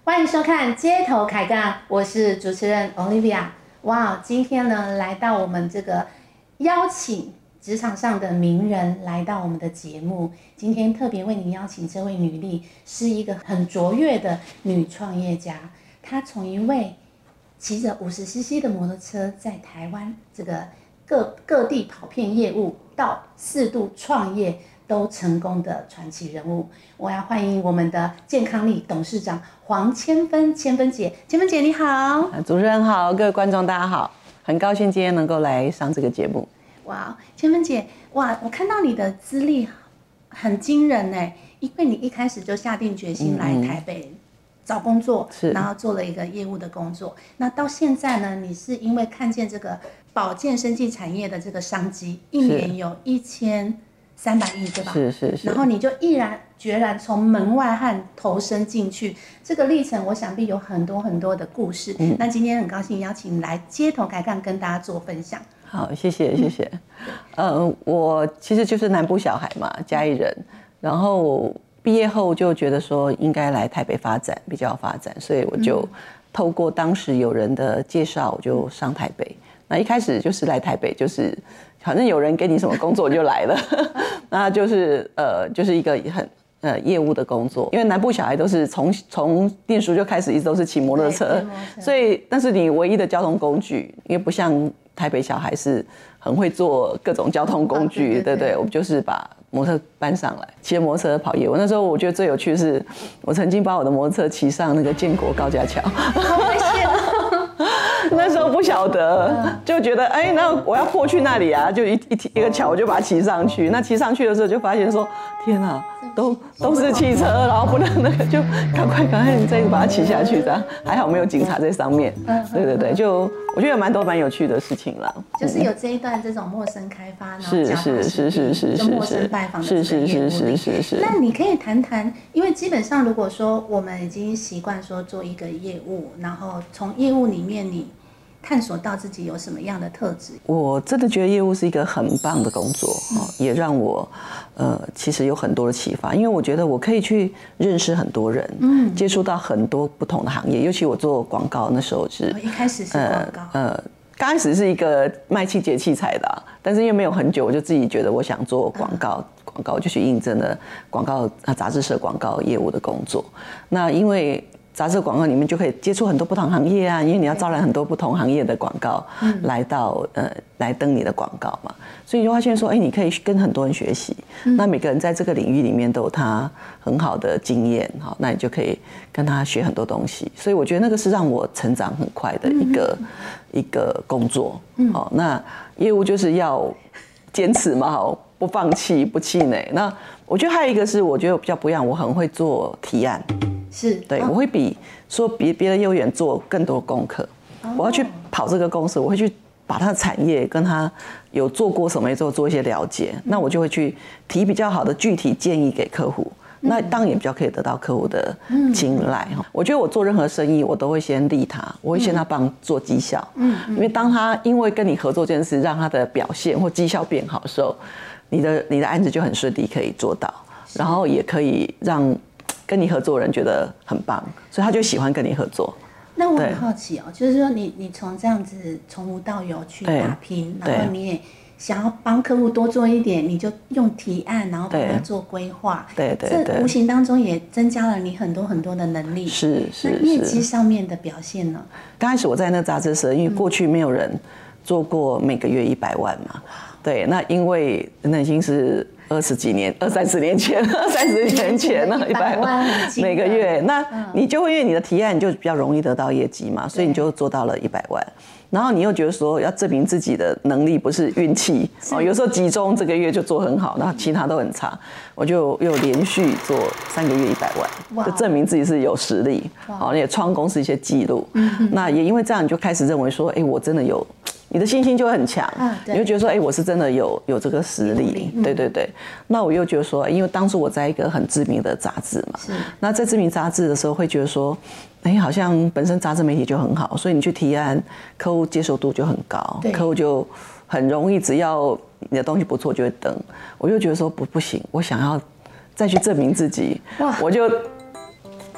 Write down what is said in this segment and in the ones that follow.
欢迎收看街头开杠，我是主持人 Olivia。哇，今天呢来到我们这个邀请职场上的名人来到我们的节目，今天特别为您邀请这位女力，是一个很卓越的女创业家。她从一位骑着50cc 的摩托车在台湾这个各地跑遍业务，到4度创业都成功的传奇人物。我要欢迎我们的健康力董事长黄千芬，千芬姐。千芬姐你好。 主持人好，各位观众大家好，很高兴今天能够来上这个节目。 哇，千芬姐，哇，我看到你的资历很惊人哎，因为你一开始就下定决心来台北找工作，然后做了一个业务的工作。那到现在呢，你是因为看见这个保健生技产业的这个商机，一年有1300亿，对吧？ 是。 然后你就毅然决然从门外汉投身进去，这个历程我想必有很多很多的故事。那今天很高兴邀请你来街头开杠跟大家做分享。 好，谢谢。我其实就是南部小孩嘛，嘉义人，然后毕业后就觉得说应该来台北发展，比较发展，所以我就透过当时有人的介绍，我就上台北。那一开始就是来台北，就是反正有人给你什么工作就来了，那就是一个很业务的工作，因为南部小孩都是从念书就开始，一直都是骑摩托车，所以但是你唯一的交通工具，因为不像台北小孩是很会做各种交通工具，对，我们就是把摩托车搬上来，骑着摩托车跑业务。那时候我觉得最有趣的是，我曾经把我的摩托车骑上那个建国高架桥， 好危险哦！ 那时候不晓得，就觉得那我要过去那里啊，就一个桥，我就把它骑上去。那骑上去的时候就发现说，天哪，都是汽车，然后不能那个，就赶快你再把它骑下去，这样还好没有警察在上面。对，就我觉得蛮有趣的事情啦。 就是有这一段这种陌生开发，然后是， 陌生拜访的这个业务力。那你可以谈谈，因为基本上如果说我们已经习惯说做一个业务，然后从业务里面你探索到自己有什么样的特质。 我真的觉得业务是一个很棒的工作，也让我其实有很多的启发，因为我觉得我可以去认识很多人，接触到很多不同的行业。尤其我做广告那时候是， 一开始是广告， 刚开始是一个卖清洁器材的，但是因为没有很久，我就自己觉得我想做广告，就去应征了广告杂志社广告业务的工作。那因为杂志广告里面就可以接触很多不同行业啊，因为你要招揽很多不同行业的广告来登你的广告嘛，所以就发现说，你可以跟很多人学习，那每个人在这个领域里面都有他很好的经验，那你就可以跟他学很多东西，所以我觉得那个是让我成长很快的一个工作。那业务就是要坚持嘛，不放弃，不气馁。那我觉得还有一个是，我觉得比较不一样，我很会做提案。 是对，我会比别的业务员做更多功课。我要去跑这个公司，我会去把他的产业跟他有做过什么之后做一些了解，那我就会去提比较好的具体建议给客户。那当然也比较可以得到客户的青睐。我觉得我做任何生意，我都会先利他，我会先他帮做绩效。因为当他因为跟你合作这件事，让他的表现或绩效变好的时候，你的案子就很顺利可以做到，然后也可以让跟你合作的人觉得很棒，所以他就喜欢跟你合作。 那我很好奇就是说你从这样子从无到有去打拼，然后你也想要帮客户多做一点，你就用提案，然后帮他做规划。 对， 这无形当中也增加了你很多很多的能力。 是。 那业绩上面的表现呢？刚开始我在那杂志社，因为过去没有人做过每个月100万嘛。对，那因为那已经是20-30年前了，100万每个月，那你就会因为你的提案，你就比较容易得到业绩嘛，所以你就做到了100万。然后你又觉得说要证明自己的能力不是运气，有时候集中这个月就做很好，然后其他都很差，我就又连续做3个月100万，就证明自己是有实力，也创公司一些记录。那也因为这样，你就开始认为说，我真的有。你的信心就会很强，你就觉得说，我是真的有这个实力，对。那我又觉得说，因为当初我在一个很知名的杂志嘛，那在知名杂志的时候，会觉得说，好像本身杂志媒体就很好，所以你去提案，客户接受度就很高，客户就很容易，只要你的东西不错就会登。我就觉得说不行，我想要再去证明自己，我就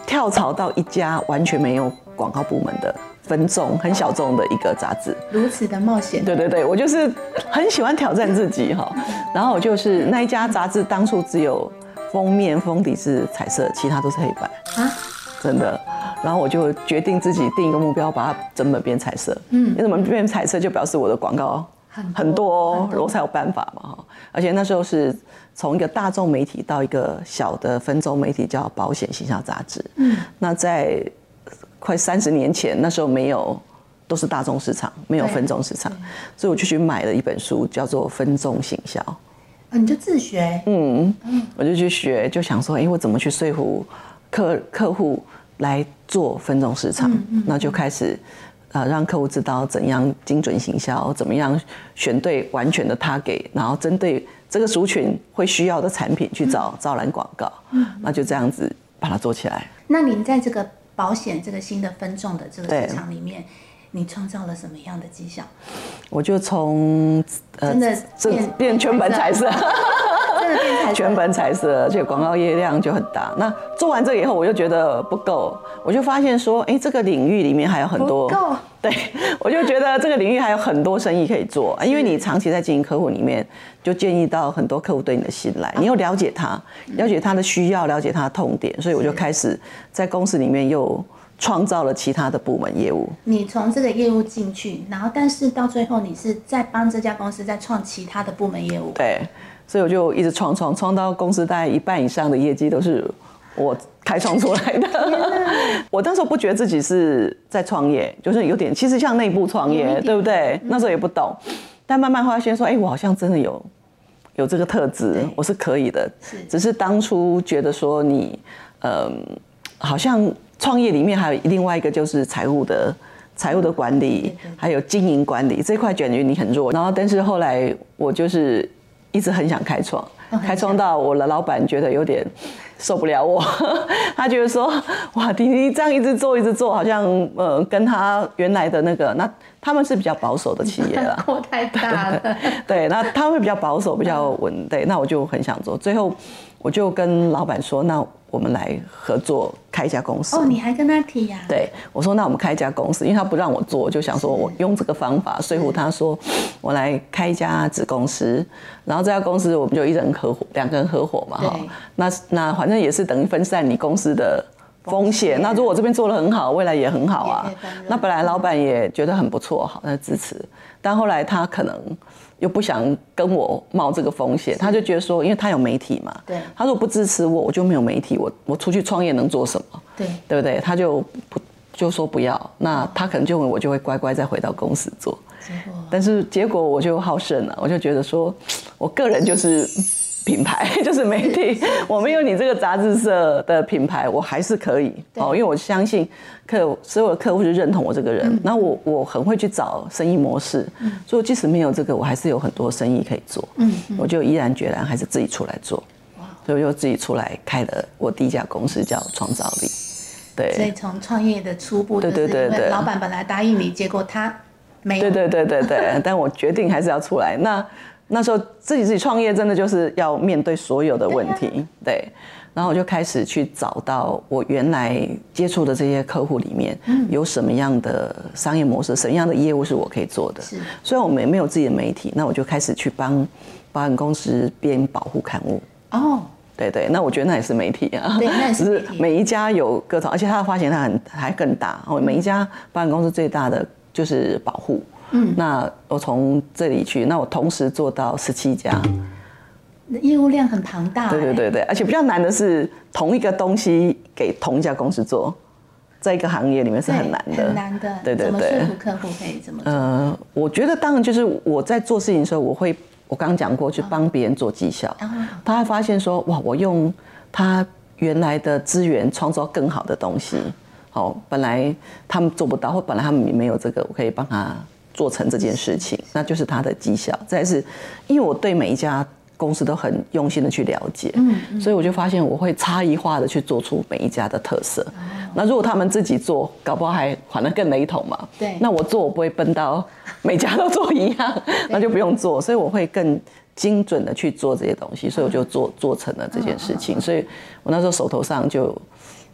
跳槽到一家完全没有广告部门的分众很小众的一个杂志， 如此的冒险。 对对对，我就是很喜欢挑战自己哈。然后我就是那一家杂志当初只有封面封底是彩色，其他都是黑白啊，真的。然后我就决定自己定一个目标，把它整本变彩色。因为整本变彩色就表示我的广告很多，我才有办法嘛。而且那时候是从一个大众媒体到一个小的分众媒体，叫保险行销杂志。那在快30年前，那时候没有，都是大众市场，没有分众市场，所以我就去买了一本书，叫做《分众行销》。 你就自学？ 我就去学，就想说，我怎么去说服客户来做分众市场？那就开始让客户知道怎样精准行销，怎么样选对完全的 target， 然后针对这个族群会需要的产品去找招揽广告。那就这样子把它做起来。 那您在这个保险这个新的分众的这个市场里面，你创造了什么样的绩效？ 我就从真的变全本彩色， 真的变彩色， 全本彩色，而且广告业量就很大。那做完这个以后，我就觉得不够，我就发现说，这个领域里面还有很多不够。 对，我就觉得这个领域还有很多生意可以做，因为你长期在经营客户里面，就建议到很多客户对你的信赖，你又了解他，了解他的需要，了解他的痛点，所以我就开始在公司里面又创造了其他的部门业务。 你从这个业务进去，然后但是到最后你是在帮这家公司再创其他的部门业务。 对，所以我就一直创到公司大概1半以上的业绩都是我开创出来的。我那时候不觉得自己是在创业，就是有点其实像内部创业，对不对？那时候也不懂，但慢慢发现说，我好像真的有这个特质，我是可以的。只是当初觉得说你，好像创业里面还有另外一个就是财务的管理，还有经营管理这块，感觉你很弱。然后，但是后来我就是一直很想开创到我的老板觉得有点受不了我，他觉得说，哇，你这样一直做，好像跟他原来的那个，那他们是比较保守的企业啦， 扩太大了。 对，那他们比较保守，比较稳。对，那我就很想做，最后我就跟老板说，那我们来合作开一家公司。 你还跟他提呀？ 对，我说那我们开一家公司，因为他不让我做，我就想说我用这个方法说服他说，我来开一家子公司，然后这家公司我们就2个人合伙嘛，哈。那反正也是等于分散你公司的风险。那如果我这边做得很好，未来也很好啊。那本来老板也觉得很不错，好，那支持。但后来他可能又不想跟我冒这个风险，他就觉得说，因为他有媒体嘛， 对， 他如果不支持我，我就没有媒体，我出去创业能做什么？对不对？他就说不要，那他可能我就会乖乖再回到公司做。但是结果我就好胜了，我就觉得说，我个人就是品牌，就是媒体，我没有你这个杂志社的品牌，我还是可以因为我相信所有的客户是认同我这个人，然后我很会去找生意模式，所以即使没有这个，我还是有很多生意可以做，我就毅然决然还是自己出来做，所以我就自己出来开了我第一家公司叫创造力。对， 所以从创业的初步，对，老板本来答应你，结果他没有， 对，但我决定还是要出来。那时候自己创业，真的就是要面对所有的问题，对。然后我就开始去找到我原来接触的这些客户里面，有什么样的商业模式，什么样的业务是我可以做的。虽然我们也没有自己的媒体，那我就开始去帮保险公司编保护刊物。对，那我觉得那也是媒体啊， 对，那也是媒体。 只是每一家有各种，而且它的发行量还更大。每一家保险公司最大的就是保护。那我从这里去，那我同时做到17家， 业务量很庞大。 对，而且比较难的是同一个东西给同一家公司做，在一个行业里面是很难的， 很难的。 对， 怎么说服客户可以这么做？ 我觉得当然就是我在做事情的时候，我刚刚讲过，去帮别人做绩效，他会发现说，哇，我用他原来的资源创造更好的东西，本来他们做不到，或本来他们没有这个，我可以帮他做成这件事情，那就是他的绩效。再来是，因为我对每一家公司都很用心的去了解，所以我就发现我会差异化的去做出每一家的特色。那如果他们自己做，搞不好还反而更雷同嘛。 对， 那我做我不会笨到每家都做一样，那就不用做。所以我会更精准的去做这些东西，所以我就做成了这件事情。所以我那时候手头上就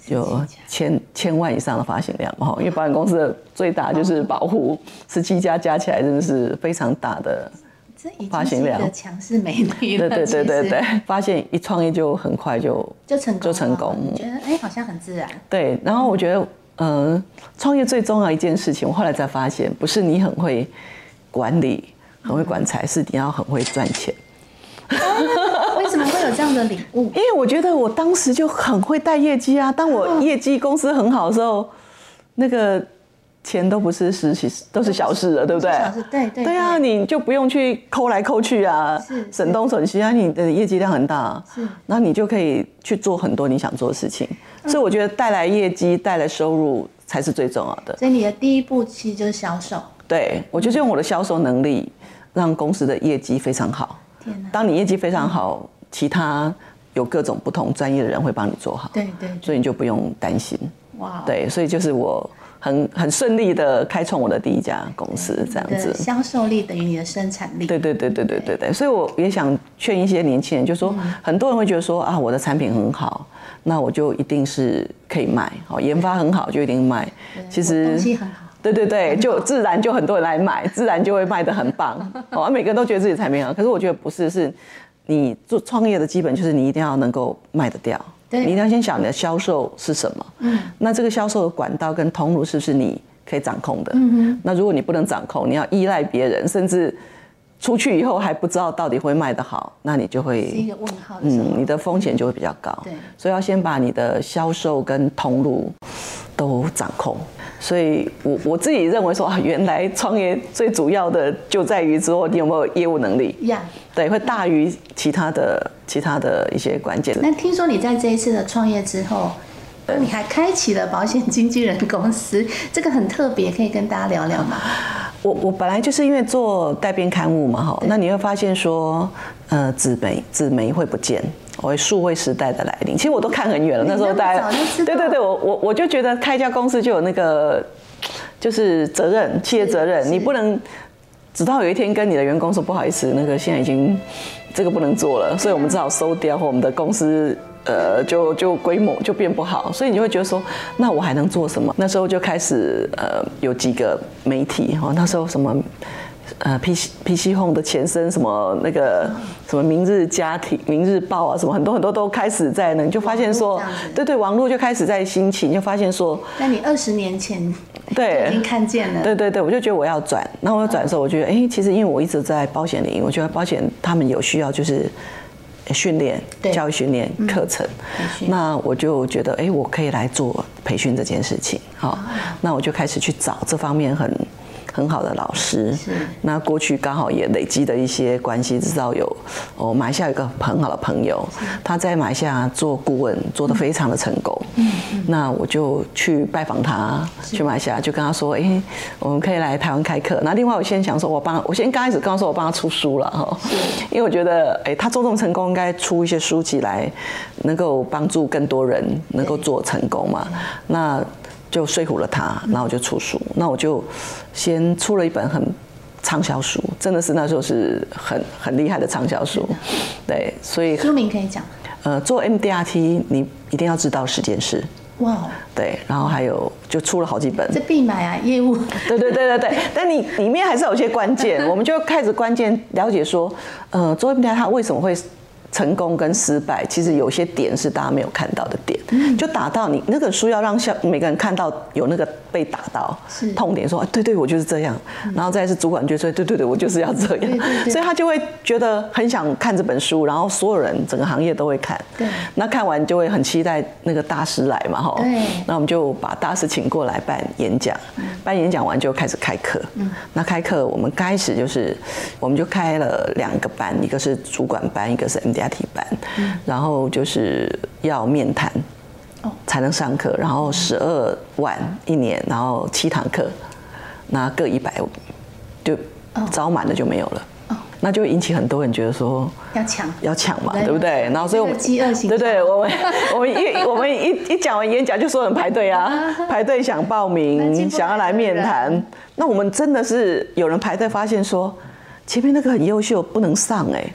有千万以上的发行量哈，因为保险公司的最大就是保护，17家加起来真的是非常大的发行量， 这已经是一个强势媒体了。 对，发现一创业就很快就成功， 觉得好像很自然。 对，然后我觉得创业最重要一件事情，我后来才发现，不是你很会管理、很会管财，是你要很会赚钱。 为什么会有这样的领悟？ 因为我觉得我当时就很会带业绩啊，当我业绩公司很好的时候，那个钱都不是都是小事了，对不对？ 小事，对啊，你就不用去抠来抠去啊，省东省西啊，你的业绩量很大，然后你就可以去做很多你想做的事情。所以我觉得带来业绩、带来收入才是最重要的。 所以你的第一步其实就是销售。 对，我就是用我的销售能力，让公司的业绩非常好。当你业绩非常好，其他有各种不同专业的人会帮你做好， 对， 所以你就不用担心。 哇， 对，所以就是我很顺利的开创我的第一家公司，这样子。 销售力等于你的生产力。 对，所以我也想劝一些年轻人，就说很多人会觉得说啊，我的产品很好，那我就一定是可以卖，好，研发很好就一定卖。其实东西很好。 对，就自然就很多人来买，自然就会卖得很棒。每个人都觉得自己的产品好，可是我觉得不是，是你做创业的基本就是你一定要能够卖得掉。你一定要先想你的销售是什么。那这个销售的管道跟通路是不是你可以掌控的？那如果你不能掌控，你要依赖别人，甚至出去以后还不知道到底会卖得好，那你就会是一个问号的时候， 你的风险就会比较高。对，所以要先把你的销售跟通路都掌控。所以我自己认为说啊，原来创业最主要的就在于之后你有没有业务能力。对，会大于其他的一些关键。 那听说你在这一次的创业之后，你还开启了保险经纪人公司，这个很特别，可以跟大家聊聊吗？ 我本来就是因为做代编刊物嘛，哈，那你会发现说，纸媒会不见。数位时代的来临，其实我都看很远了。那时候大家，对，我就觉得开一家公司就有那个，就是责任，企业责任，你不能直到有一天跟你的员工说不好意思，那个现在已经这个不能做了，所以我们只好收掉，或我们的公司就规模就变不好，所以你就会觉得说，那我还能做什么？那时候就开始有几个媒体那时候什么。PC Home 的前身什么那个什么明日家庭、明日报啊，什么很多都开始在那，你就发现说，对，网络就开始在兴起，你就发现说， 那你20年前对已经看见了， 对，我就觉得我要转，那我要转的时候，我觉得其实因为我一直在保险领域，我觉得保险他们有需要就是训练、教育训练课程，那我就觉得我可以来做培训这件事情，好，那我就开始去找这方面很好的老师，那过去刚好也累积的一些关系，知道马来西亚有一个很好的朋友，他在马来西亚做顾问，做得非常的成功。那我就去拜访他，去马来西亚就跟他说，我们可以来台湾开课。那另外我先想说，我先刚开始跟他说我帮他出书了哈，因为我觉得他做这么成功，应该出一些书籍来，能够帮助更多人能够做成功嘛。那就说服了他，然后我就出书。那我就先出了一本很畅销书，真的是那时候是很厉害的畅销书。对，所以书名可以讲。 做 MDRT 你一定要知道10件事。 哇。对， 然后还有就出了好几本。 这必买啊，业务。 对，但你里面还是有些关键，我们就开始关键了解说，做 MDRT 它为什么会成功跟失败，其实有些点是大家没有看到的点，就打到你那个书要让每个人看到有那个被打到痛点，说对，我就是这样，然后再是主管就说对，我就是要这样，所以他就会觉得很想看这本书，然后所有人整个行业都会看，那看完就会很期待那个大师来嘛，哈，那我们就把大师请过来办演讲，办演讲完就开始开课，那开课我们开始就是我们就开了2个班，一个是主管班，一个是 MDRT 班，然后就是要面谈才能上课，然后12万1年，然后7堂课，那各100，就招满了就没有了。那就引起很多人觉得说要抢嘛，对不对？然后所以我们饥饿型， 对，我们一讲完演讲就说有人排队啊，排队想报名，想要来面谈。那我们真的是有人排队，发现说前面那个很优秀不能上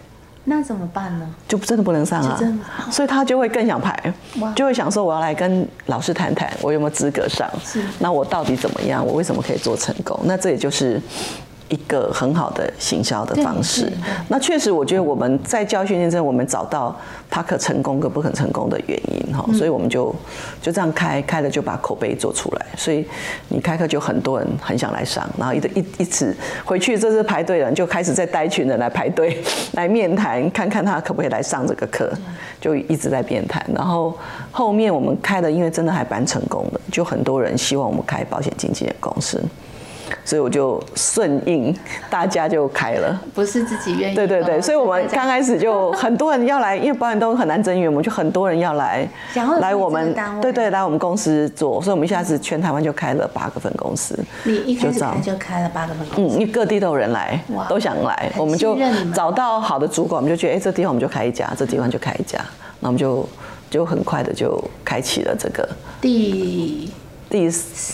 那怎么办呢？ 就真的不能上啊，所以他就会更想排，就会想说我要来跟老师谈谈，我有没有资格上？那我到底怎么样？我为什么可以做成功？那这也就是一个很好的行销的方式。那确实，我觉得我们在教育训练中，我们找到他可成功跟不可成功的原因哈，所以我们就这样开了，就把口碑做出来。所以你开课就很多人很想来上，然后一直回去，这是排队人就开始在带一群人来排队来面谈，看看他可不可以来上这个课，就一直在面谈。然后后面我们开的，因为真的还蛮成功的，就很多人希望我们开保险经纪人公司。所以我就顺应大家就开了， 不是自己愿意。 对，所以我们刚开始就很多人要来，因为保险都很难增援，我们就很多人要来我们来我们公司做，所以我们一下子全台湾就开了8个分公司。 你一开始就开了8个分公司？ 因为各地都有人来，都想来，我们就找到好的主管，我们就觉得这地方我们就开一家，这地方就开一家，那我们就很快的就开启了这个第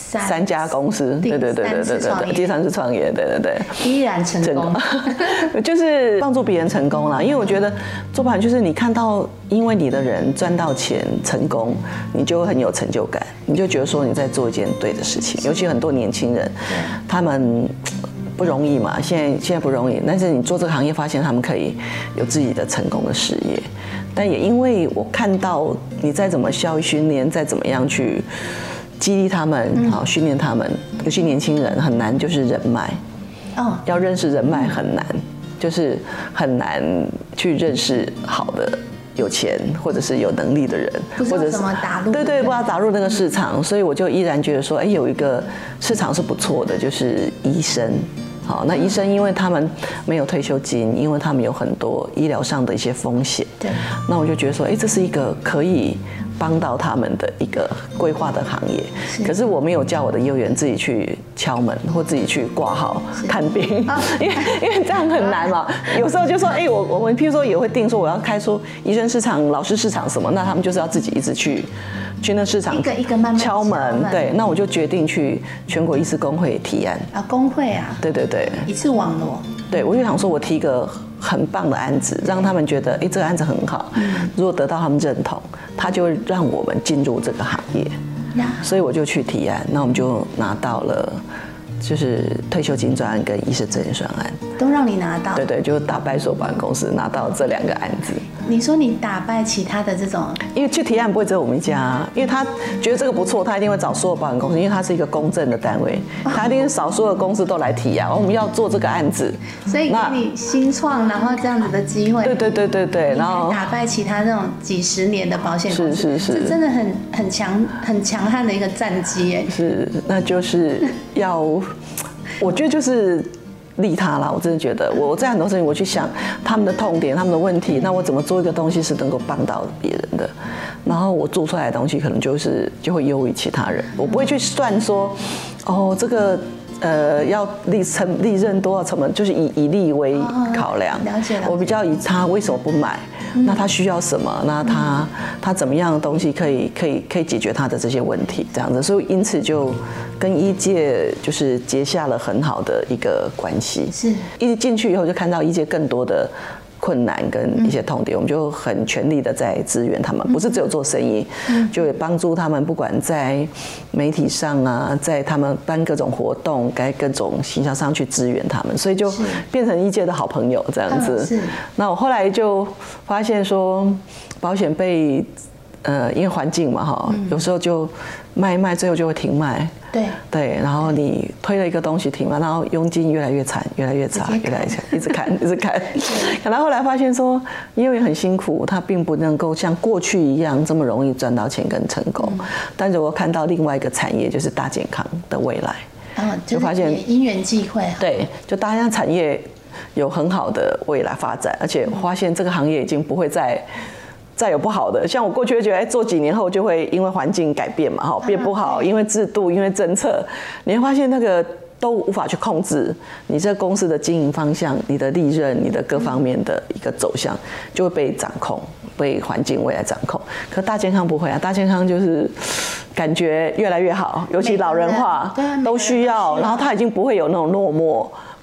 3家公司，对，第3次创业，对， 依然成功， 就是帮助别人成功啦。因为我觉得做保险就是你看到因为你的人赚到钱成功，你就会很有成就感，你就觉得说你在做一件对的事情。尤其很多年轻人，他们不容易嘛，现在不容易，但是你做这个行业，发现他们可以有自己的成功的事业。但也因为我看到你再怎么教育训练，再怎么样去激励他们，好训练他们，尤其年轻人很难，就是人脉。要认识人脉很难，就是很难去认识好的、有钱或者是有能力的人， 或者怎么打入， 对，不知道打入那个市场，所以我就依然觉得说，有一个市场是不错的，就是医生。好，那医生因为他们没有退休金，因为他们有很多医疗上的一些风险， 对， 那我就觉得说，这是一个可以帮到他们的一个规划的行业。可是我没有叫我的业务员自己去敲门或自己去挂号看病，因为这样很难嘛。有时候就说，我们譬如说也会定说我要开出医生市场、老师市场什么，那他们就是要自己一直去那市场一个一个慢慢敲门。对，那我就决定去全国医师公会提案。 工会啊？ 对， 一次网络。 对，我就想说我提一个很棒的案子，让他们觉得，这个案子很好。如果得到他们认同，他就会让我们进入这个行业。所以我就去提案，那我们就拿到了，就是退休金专案跟医师证券专案， 都让你拿到。 对，就打败所有保险公司，拿到这2个案子。 你说你打败其他的这种， 因为去提案不会只有我们一家，因为他觉得这个不错，他一定会找所有保险公司，因为他是一个公正的单位，他一定是找所有公司都来提啊，我们要做这个案子， 所以给你新创然后这样子的机会， 对，然后打败其他那种几10年的保险公司， 是， 这真的很强悍的一个战绩哎。 是，那就是要，我觉得就是利他啦，我真的觉得我在很多事情我去想他们的痛点、他们的问题，那我怎么做一个东西是能够帮到别人的，然后我做出来的东西可能就会优于其他人，我不会去算说，这个要利润多少成本，就是以利为考量。 了解。 我比较以他为什么不买，那他需要什么，那他怎么样的东西可以解决他的这些问题，这样子，所以因此就跟医界就是结下了很好的一个关系。 是， 一进去以后就看到医界更多的困难跟一些痛点，我们就很全力的在支援他们，不是只有做生意，就也帮助他们，不管在媒体上啊，在他们办各种活动，该各种形象上去支援他们，所以就变成医界的好朋友这样子。那我后来就发现说，保险被因为环境嘛有时候就卖一卖，最后就会停卖。对，然后你推了一个东西停卖，然后佣金越来越惨，越来越差，一直砍。可能后来发现说，业务员很辛苦，他并不能够像过去一样这么容易赚到钱跟成功。但是我看到另外一个产业，就是大健康的未来。 就发现因缘际会。 对，就大家产业有很好的未来发展，而且发现这个行业已经不会再有不好的，像我过去会觉得，做几年后就会因为环境改变嘛，变不好，因为制度，因为政策，你会发现那个都无法去控制你这公司的经营方向、你的利润、你的各方面的一个走向，就会被掌控，被环境未来掌控。可大健康不会啊，大健康就是感觉越来越好，尤其老人化都需要，然后他已经不会有那种落寞。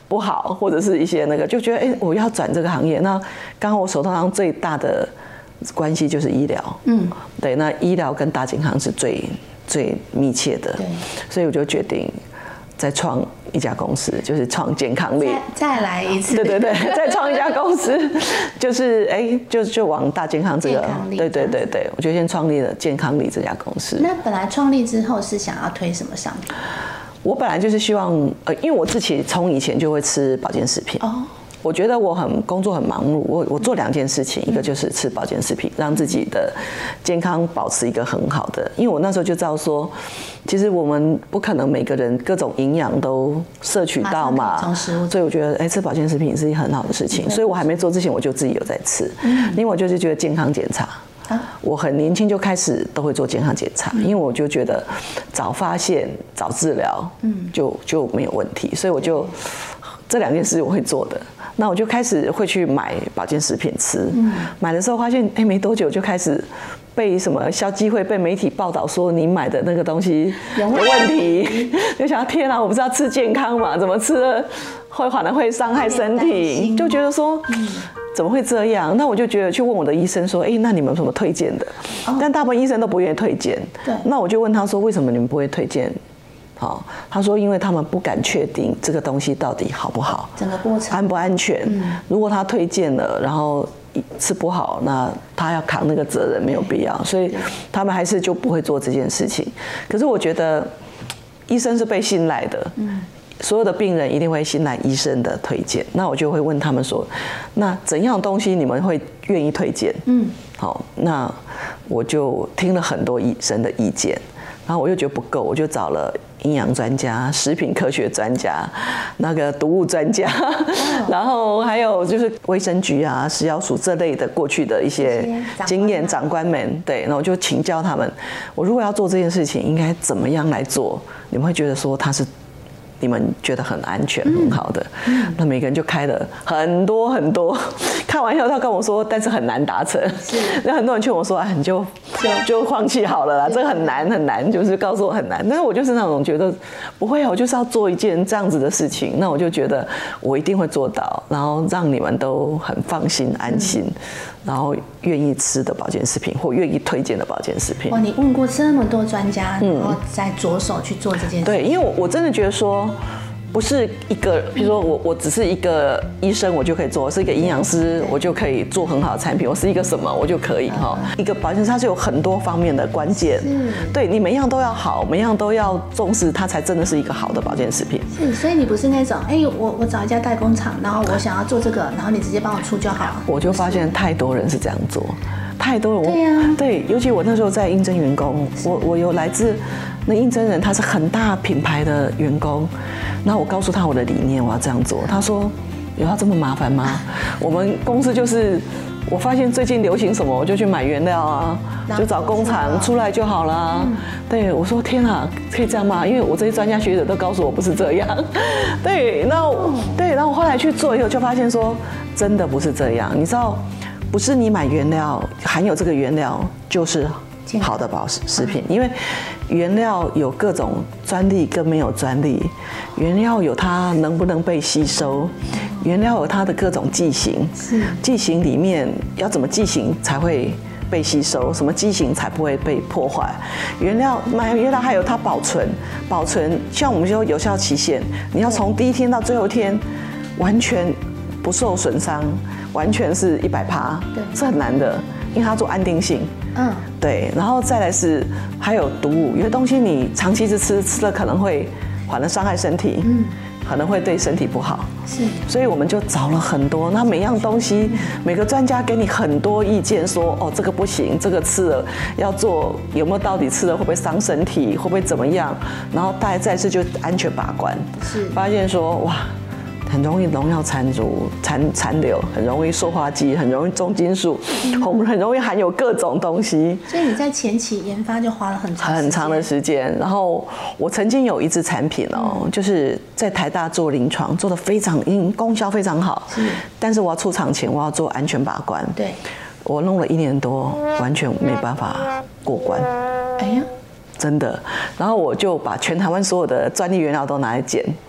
不好，或者是一些那个，就觉得我要转这个行业。那刚好我手头上最大的关系就是医疗，对，那医疗跟大健康是最密切的，对，所以我就决定再创一家公司，就是创健康力， 再来一次， 对，再创一家公司，就是就往大健康这个，对，我就先创立了健康力这家公司。 那本来创立之后是想要推什么商品？ 我本来就是希望，因为我自己从以前就会吃保健食品。我觉得我工作很忙碌，我做2件事情，一个就是吃保健食品，让自己的健康保持一个很好的。因为我那时候就知道说，其实我们不可能每个人各种营养都摄取到嘛，所以我觉得吃保健食品是一个很好的事情。所以我还没做之前，我就自己有在吃。另外我就是觉得健康检查。我很年轻就开始都会做健康检查，因为我就觉得早发现早治疗，就没有问题，所以我就这2件事我会做的。那我就开始会去买保健食品吃，买的时候发现没多久就开始被什么消基会被媒体报道说你买的那个东西有问题，就想天啊，我不是要吃健康嘛，怎么吃了反而会伤害身体，就觉得说怎么会这样？那我就觉得去问我的医生说，那你们有什么推荐的？但大部分医生都不愿意推荐。那我就问他说，为什么你们不会推荐？他说因为他们不敢确定这个东西到底好不好， 整个过程安不安全。如果他推荐了，然后吃不好，那他要扛那个责任，没有必要，所以他们还是就不会做这件事情。可是我觉得医生是被信赖的。所有的病人一定会信赖医生的推荐，那我就会问他们说，那怎样东西你们会愿意推荐？好，那我就听了很多医生的意见，然后我又觉得不够，我就找了营养专家、食品科学专家、那个毒物专家，然后还有就是卫生局啊、食药署这类的过去的一些经验长官们，对，然后我就请教他们，我如果要做这件事情，应该怎么样来做？你们会觉得说它是你们觉得很安全、很好的，那每个人就开了很多，开玩笑他跟我说，但是很难达成。那很多人劝我说，你就放弃好了啦，这个很难，就是告诉我很难。但是我就是那种觉得不会，我就是要做一件这样子的事情，那我就觉得我一定会做到，然后让你们都很放心、安心，然后愿意吃的保健食品或愿意推荐的保健食品。 哇，你问过这么多专家，然后再着手去做这件事。 对，因为我真的觉得说，不是一个，比如说我只是一个医生，我就可以做；我是一个营养师，我就可以做很好的产品；我是一个什么，我就可以哈。一个保健师它是有很多方面的关键，对你每样都要好，每样都要重视，它才真的是一个好的保健食品。 是，所以你不是那种我找一家代工厂，然后我想要做这个，然后你直接帮我出就好了。 我就发现太多人是这样做，太多人。对，尤其我那时候在应征员工，我有来自那应征人，他是很大品牌的员工。然后我告诉他我的理念，我要这样做。他说：“有要这么麻烦吗？我们公司就是，我发现最近流行什么，我就去买原料啊，就找工厂出来就好了。”对，我说：“天啊，可以这样吗？”因为我这些专家学者都告诉我不是这样。对，然后我后来去做以后就发现说，真的不是这样。你知道，不是你买原料含有这个原料就是好的保食品，因为原料有各种专利跟没有专利，原料有它能不能被吸收，原料有它的各种剂型，剂型里面要怎么剂型才会被吸收，什么剂型才不会被破坏，买原料还有它保存，像我们说有效期限，你要从第一天到最后一天完全不受损伤，完全是100%，是很难的，因为它做安定性。对，然后再来是还有毒物，有些东西你长期吃了可能会反而伤害身体，可能会对身体不好。所以我们就找了很多，那每样东西每个专家给你很多意见，说这个不行，这个吃了要做有没有到底吃了会不会伤身体，会不会怎么样，然后再次就安全把关，发现说哇。很容易农药残留，很容易塑化剂，很容易重金属，很容易含有各种东西。 所以你在前期研发就花了很长的时间。然后我曾经有一支产品就是在台大做临床，做得非常，功效非常好。但是我要出厂前，我要做安全把关。 对， 我弄了1年多，完全没办法过关。哎呀，真的。然后我就把全台湾所有的专利原料都拿来检。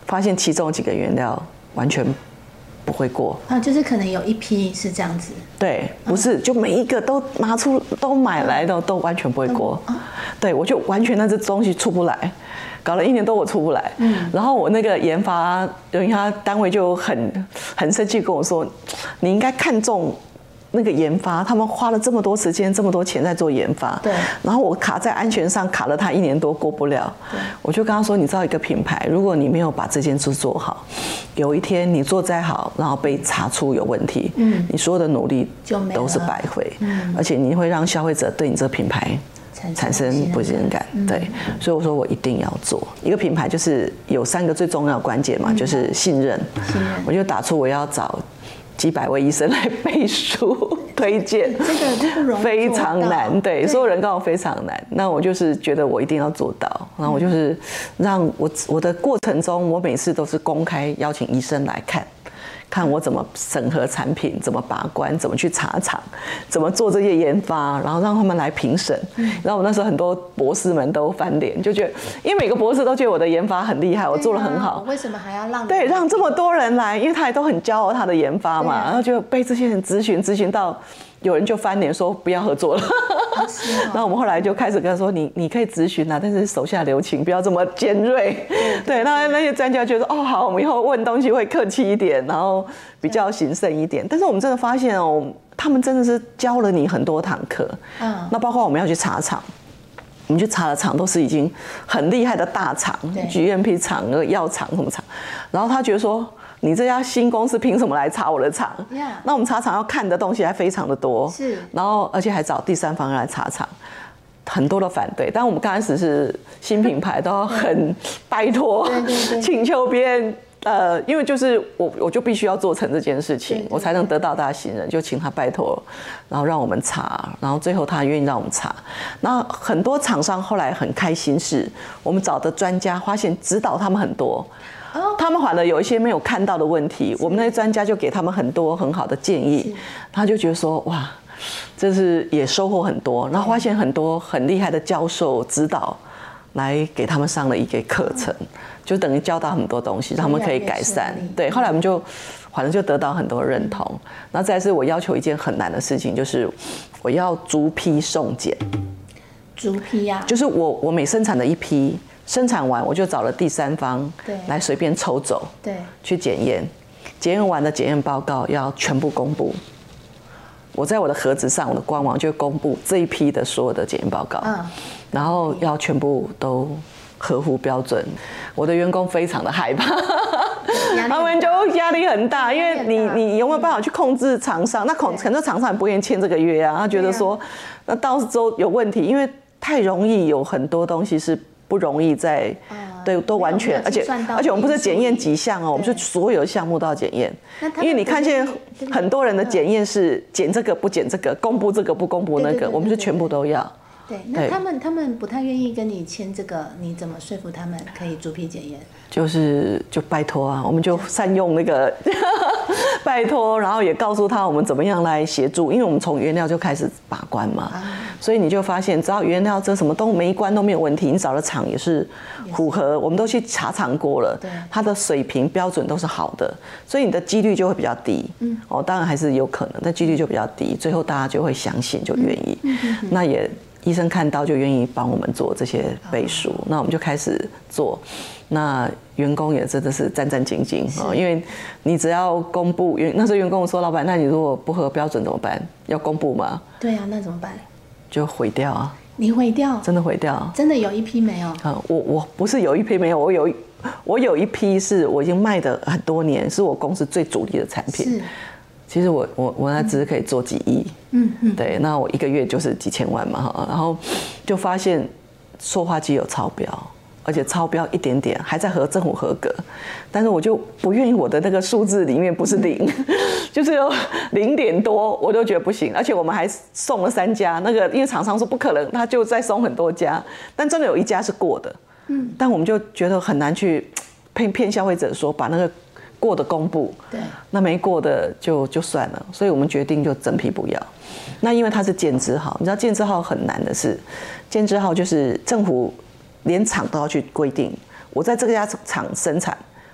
发现其中几个原料完全不会过啊，就是可能有一批是这样子。 对，不是，就每一个都拿出都买来的都完全不会过。对，我就完全那这东西出不来，搞了1年多我出不来。然后我那个研发，人家单位就很生气跟我说，你应该看重那个研发，他们花了这么多时间、这么多钱在做研发， 对。 然后我卡在安全上，卡了他1年多过不了。我就跟他说，你知道一个品牌，如果你没有把这件事做好，有一天你做再好，然后被查出有问题，你所有的努力都是白费，而且你会让消费者对你这个品牌产生不信任感。对，所以我说我一定要做一个品牌，就是有3个最重要的关键嘛，就是信任。我就打出我要找几百位医生来背书推荐， 这个不容易， 非常难。对，所有人告诉我非常难。那我就是觉得我一定要做到，然后我就是让我的过程中，我每次都是公开邀请医生来看我怎么审核产品，怎么把关，怎么去查厂，怎么做这些研发，然后让他们来评审。然后我那时候很多博士们都翻脸，就觉得，因为每个博士都觉得我的研发很厉害，我做得很好， 为什么还要让这么多人来？因为他也都很骄傲他的研发嘛，然后就被这些人咨询到。有人就翻脸说不要合作了，然后我们后来就开始跟他说，你可以咨询啊，但是手下留情，不要这么尖锐。对，那些专家觉得哦好，我们以后问东西会客气一点，然后比较谨慎一点。但是我们真的发现哦，他们真的是教了你很多堂课。那包括我们要去查厂。我们去查的厂都是已经很厉害的大厂 ，GMP 厂、药厂什么厂，然后他觉得说，你这家新公司凭什么来查我的厂？那我们查厂要看的东西还非常的多，然后而且还找第三方来查厂，很多的反对。但我们刚开始是新品牌，都要很拜托，请求别人。因为就是我就必须要做成这件事情，我才能得到大家信任，就请他拜托，然后让我们查，然后最后他愿意让我们查。那很多厂商后来很开心是，我们找的专家发现指导他们很多，他们反而有一些没有看到的问题，我们那些专家就给他们很多很好的建议，他就觉得说哇，这是也收获很多，然后发现很多很厉害的教授指导。来给他们上了一个课程，就等于教到很多东西，他们可以改善。对，后来我们就反正就得到很多认同。然后再是我要求一件很难的事情，就是我要逐批送检。 逐批啊？ 就是我每生产的一批，生产完我就找了第三方来随便抽走， 对，去检验，检验完的检验报告要全部公布。我在我的盒子上，我的官网就公布这一批的所有的检验报告，然后要全部都合乎标准。我的员工非常的害怕，他们就压力很大，因为你有没有办法去控制厂商？那很多厂商也不愿意签这个约啊，他觉得说，那到时候有问题，因为太容易有很多东西是不容易在。对，都完全，而且我们不是检验几项哦，我们是所有项目都要检验。因为你看现在很多人的检验是检这个不检这个，公布这个不公布那个，我们是全部都要。 对，那他们不太愿意跟你签这个，你怎么说服他们可以逐批检验？就拜托啊，我们就善用那个拜托，然后也告诉他我们怎么样来协助，因为我们从原料就开始把关嘛，所以你就发现只要原料这什么都每一关都没有问题，你找的厂也是符合，我们都去查厂过了，它的水平标准都是好的，所以你的几率就会比较低。当然还是有可能，但几率就比较低，最后大家就会相信，就愿意。那也医生看到就愿意帮我们做这些背书，那我们就开始做。那员工也真的是战战兢兢啊，因为你只要公布，那时候员工说：“老板，那你如果不合标准怎么办？要公布吗？” 对啊，那怎么办？ 就毁掉啊！ 你毁掉？真的毁掉？ 真的有一批没有？ 我不是有一批没有，我有一批是我已经卖的很多年，是我公司最主力的产品。是。其实我那只是可以做几亿，对，那我一个月就是几千万嘛哈，然后就发现塑化剂有超标，而且超标一点点，还在政府合格，但是我就不愿意我的那个数字里面不是0，就是有0点多，我就觉得不行，而且我们还送了3家，那个因为厂商说不可能，他就再送很多家，但真的有1家是过的，但我们就觉得很难去骗消费者说把那个。过的公布，对，那没过的就算了，所以我们决定就整批不要。那因为它是建制号，你知道建制号很难的是，建制号就是政府连厂都要去规定，我在这家厂生产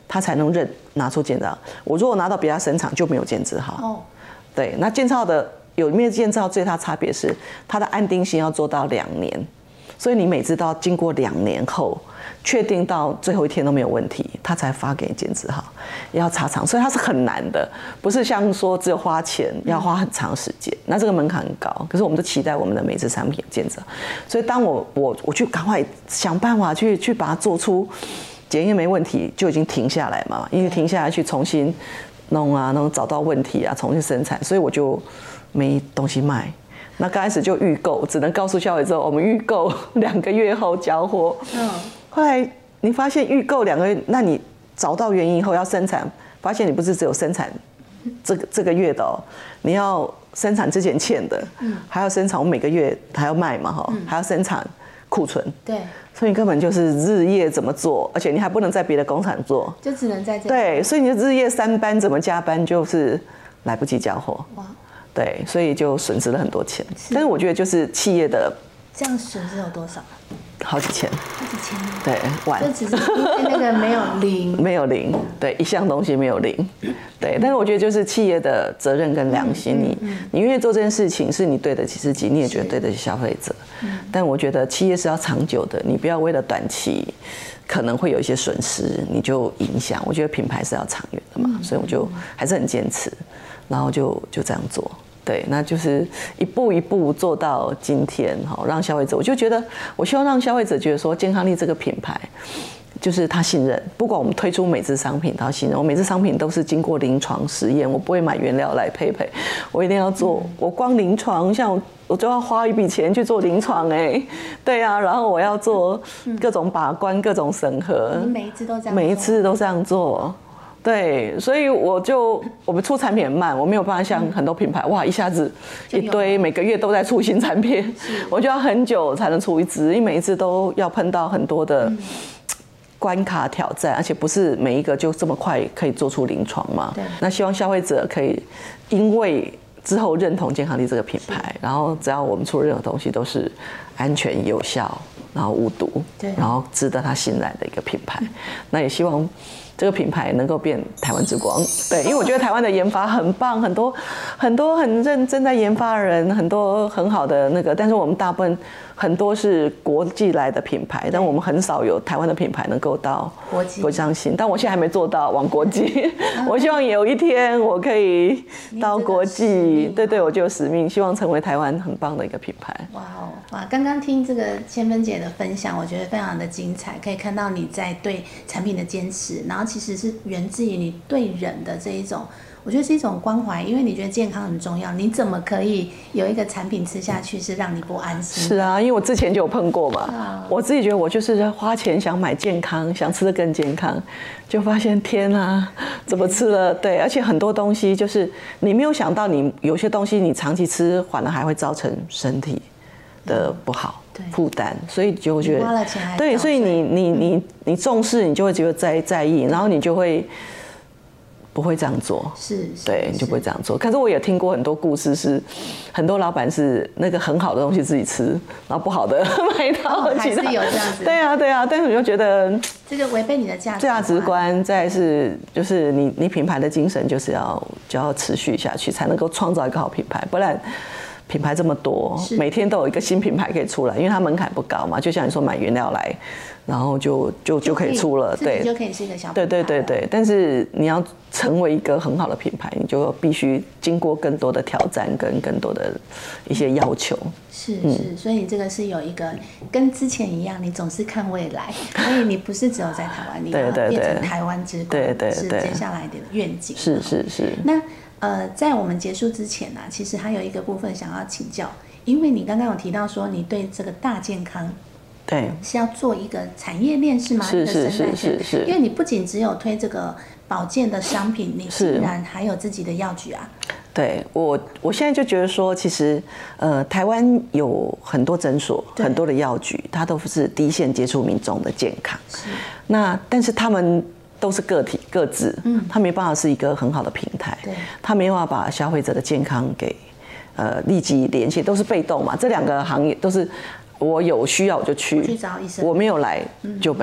他才能拿出建造。我如果拿到别家生产就没有建字号。 哦， 对，那建造的有没有建造最大差别是它的安定性要做到2年，所以你每次都要经过2年后，确定到最后一天都没有问题，他才发给你建字号，要查厂，所以它是很难的，不是像说只有花钱，要花很长时间，那这个门槛很高。可是我们都期待我们的每次产品有建字号，所以当我去赶快想办法去把它做出检验没问题，就已经停下来嘛，因为停下来去重新弄啊，弄找到问题啊，重新生产，所以我就没东西卖。那刚开始就预购，只能告诉消费者我们预购2个月后交货。后来你发现预购2个月，那你找到原因以后要生产，发现你不是只有生产这个月的哦，你要生产之前欠的，还要生产我每个月还要卖嘛哈，还要生产库存。 对， 所以你根本就是日夜怎么做，而且你还不能在别的工厂做， 就只能在这里。 对，所以你的日夜3班怎么加班，就是来不及交货。哇，对，所以就损失了很多钱。但是我觉得就是企业的这样损失有多少？ 好几千，对，万。 就只是那个没有零， 没有零，对，一项东西没有零，对。但是我觉得就是企业的责任跟良心，你愿意做这件事情，是你对得起自己，你也觉得对得起消费者。但我觉得企业是要长久的，你不要为了短期可能会有一些损失，你就影响。我觉得品牌是要长远的嘛，所以我就还是很坚持，然后就这样做。对，那就是一步一步做到今天，让消费者，我就觉得，我希望让消费者觉得说，健康力这个品牌，就是他信任，不管我们推出每支商品，他信任我每支商品都是经过临床实验，我不会买原料来配，我一定要做，我光临床，像我就要花一笔钱去做临床，对啊，然后我要做各种把关、各种审核， 你每一次都这样， 每一次都这样做。对，所以我们出产品很慢，我没有办法像很多品牌哇一下子一堆，每个月都在出新产品，我就要很久才能出一支，因为每一支都要碰到很多的关卡挑战，而且不是每一个就这么快可以做出临床嘛。对，那希望消费者可以因为之后认同健康力这个品牌，然后只要我们出任何东西都是安全有效，然后无毒，然后值得他信赖的一个品牌。那也希望这个品牌能够变台湾之光，对，因为我觉得台湾的研发很棒，很多很认真在研发的人，很多很好的那个，但是我们大部分很多是国际来的品牌，但我们很少有台湾的品牌能够到国际上行。但我现在还没做到往国际，我希望有一天我可以到国际，对，我就有使命，希望成为台湾很棒的一个品牌。 哇，刚刚听这个千芬姐的分享，我觉得非常的精彩，可以看到你在对产品的坚持，然后其实是源自于你对人的这一种，我觉得是一种关怀，因为你觉得健康很重要，你怎么可以有一个产品吃下去是让你不安心？ 是啊，因为我之前就有碰过嘛，我自己觉得我就是花钱想买健康，想吃得更健康，就发现天啊，怎么吃了？对，而且很多东西就是你没有想到，你有些东西你长期吃，反而还会造成身体的不好负担，所以就觉得花了钱还对，所以你重视，你就会觉得在意，然后你就会不会这样做，对，你就不会这样做。可是我也听过很多故事，是很多老板是那个很好的东西自己吃，然后不好的买到其他， 还是有这样子。 对啊，但是我就觉得这个违背你的价值观，再是就是你品牌的精神就要持续下去，才能够创造一个好品牌，不然。品牌这么多，每天都有一个新品牌可以出来，因为它门槛不高嘛。就像你说买原料来，然后就可以出了， 对，就可以是一个小品牌。 对。但是你要成为一个很好的品牌，你就必须经过更多的挑战跟更多的一些要求。 是，所以你这个是有一个跟之前一样，你总是看未来，所以你不是只有在台湾，你要变成台湾之光，是接下来的愿景。 是。 那在我们结束之前其实还有一个部分想要请教，因为你刚刚有提到说你对这个大健康， 对， 是要做一个产业链是吗？ 是， 因为你不仅只有推这个保健的商品，你竟然还有自己的药局啊。对， 我现在就觉得说，其实台湾有很多诊所，很多的药局，它都是第一线接触民众的健康。那但是他们都是个体各自，他没办法是一个很好的平台，他没办法把消费者的健康给立即连线，都是被动嘛。这两个行业都是我有需要我就去找医生，我没有来就没有。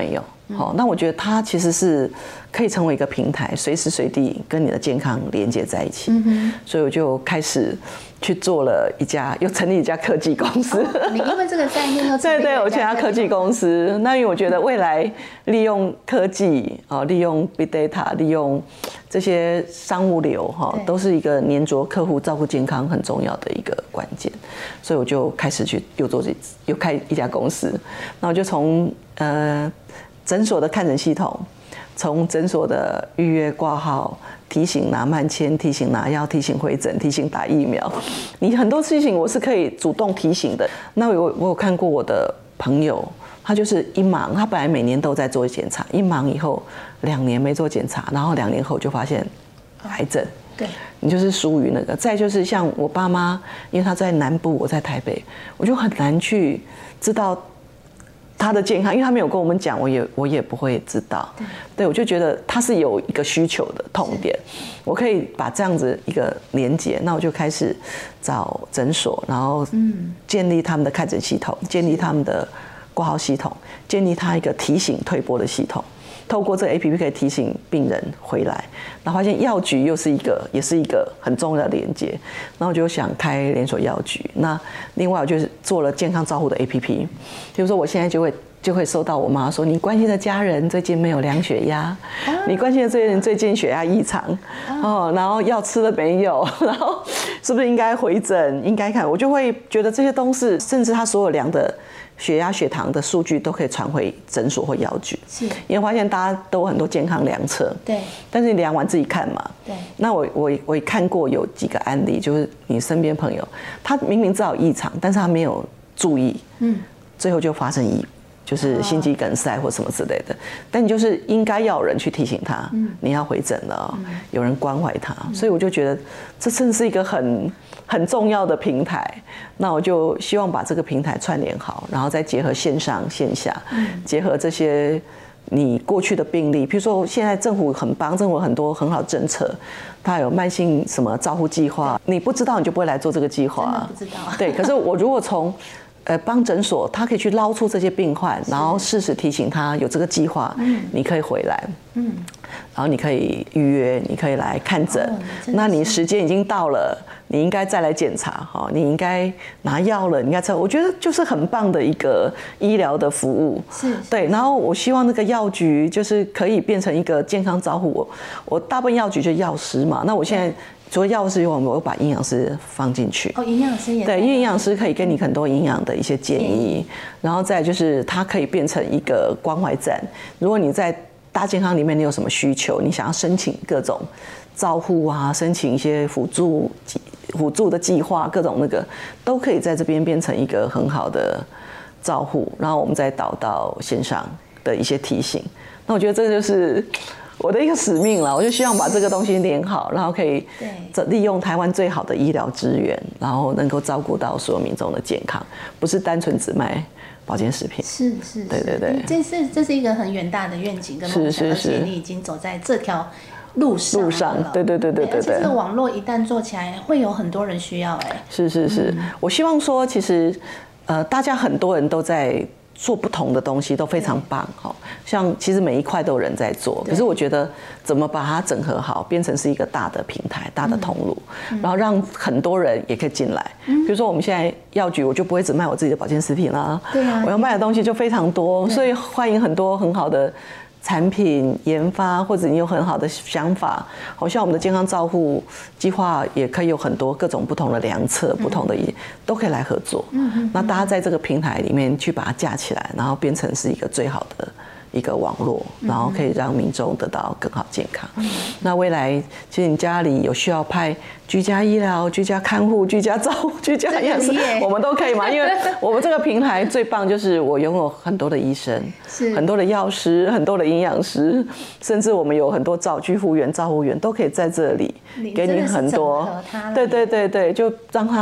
好，那我觉得它其实是可以成为一个平台，随时随地跟你的健康连接在一起。所以我就开始去做了又成立一家科技公司。 你因为这个概念又对，我去家科技公司。那因为我觉得未来利用科技利用 Big Data， 利用这些商务流都是一个黏着客户、照顾健康很重要的一个关键。所以我就开始去又开一家公司。那我就从诊所的看诊系统，从诊所的预约挂号、提醒拿慢签、提醒拿药、提醒回诊、提醒打疫苗，你很多事情我是可以主动提醒的。那我有看过我的朋友，他就是一忙，他本来每年都在做检查，一忙以后2年没做检查，然后2年后就发现癌症。 对， 你就是疏于那个。再就是像我爸妈，因为他在南部，我在台北，我就很难去知道他的健康，因为他没有跟我们讲，我也不会知道。对，我就觉得他是有一个需求的痛点，我可以把这样子一个连结，那我就开始找诊所，然后建立他们的看诊系统，建立他们的挂号系统，建立他一个提醒推播的系统。透过这个 APP 可以提醒病人回来，然后发现药局也是一个很重要的连接，然后我就想开连锁药局。那另外我就是做了健康照护的 APP， 比如说我现在就会收到我妈说，你关心的家人最近没有量血压，你关心的这些人最近血压异常，然后药吃了没有，然后是不是应该回诊，应该看，我就会觉得这些东西，甚至他所有量的血压、血糖的数据都可以传回诊所或药局，是因为发现大家都有很多健康量测，对，但是你量完自己看嘛，对。那我也看过有几个案例，就是你身边朋友，他明明知道有异常，但是他没有注意，最后就发生就是心肌梗塞或什么之类的，但你就是应该要有人去提醒他，你要回诊了，有人关怀他，所以我就觉得这真是一个很重要的平台。那我就希望把这个平台串联好，然后再结合线上线下，结合这些你过去的病例，比如说现在政府很棒，政府有很多很好的政策，它有慢性什么照护计划，你不知道你就不会来做这个计划， 不知道。对， 可是我如果从帮诊所，他可以去捞出这些病患，然后适时提醒他有这个计划，你可以回来，然后你可以预约，你可以来看诊。那你时间已经到了，你应该再来检查，你应该拿药了，你应该我觉得就是很棒的一个医疗的服务。对。然后我希望那个药局就是可以变成一个健康照护。我大部分药局就药师嘛，那我现在除了药师以外，我把营养师放进去。 营养师也对，因为营养师可以给你很多营养的一些建议，然后再就是它可以变成一个关怀站。如果你在大健康里面你有什么需求，你想要申请各种照护啊，申请一些辅助的计划，各种那个都可以在这边变成一个很好的照护，然后我们再导到线上的一些提醒。那我觉得这个就是我的一个使命了，我就希望把这个东西连好，然后可以利用台湾最好的医疗资源，然后能够照顾到所有民众的健康，不是单纯只卖保健食品。 是， 对， 这是一个很远大的愿景跟梦想，而且你已经走在这条路上了。对，而且这个网络一旦做起来，会有很多人需要。 是，我希望说，其实大家很多人都在做不同的东西都非常棒，像其实每一块都有人在做，可是我觉得怎么把它整合好，变成是一个大的平台、大的通路，然后让很多人也可以进来。比如说我们现在药局，我就不会只卖我自己的保健食品啦，我要卖的东西就非常多，所以欢迎很多很好的产品研发，或者你有很好的想法，好像我们的健康照护计划也可以有很多各种不同的量测，不同的都可以来合作。那大家在这个平台里面去把它架起来，然后变成是一个最好的一个网络，然后可以让民众得到更好健康。那未来其实你家里有需要派居家医疗、居家看护、居家照护、居家营养师，我们都可以嘛？因为我们这个平台最棒就是我拥有很多的医生，很多的药师，很多的营养师，甚至我们有很多居护员、照护员都可以在这里给你很多。对，就让他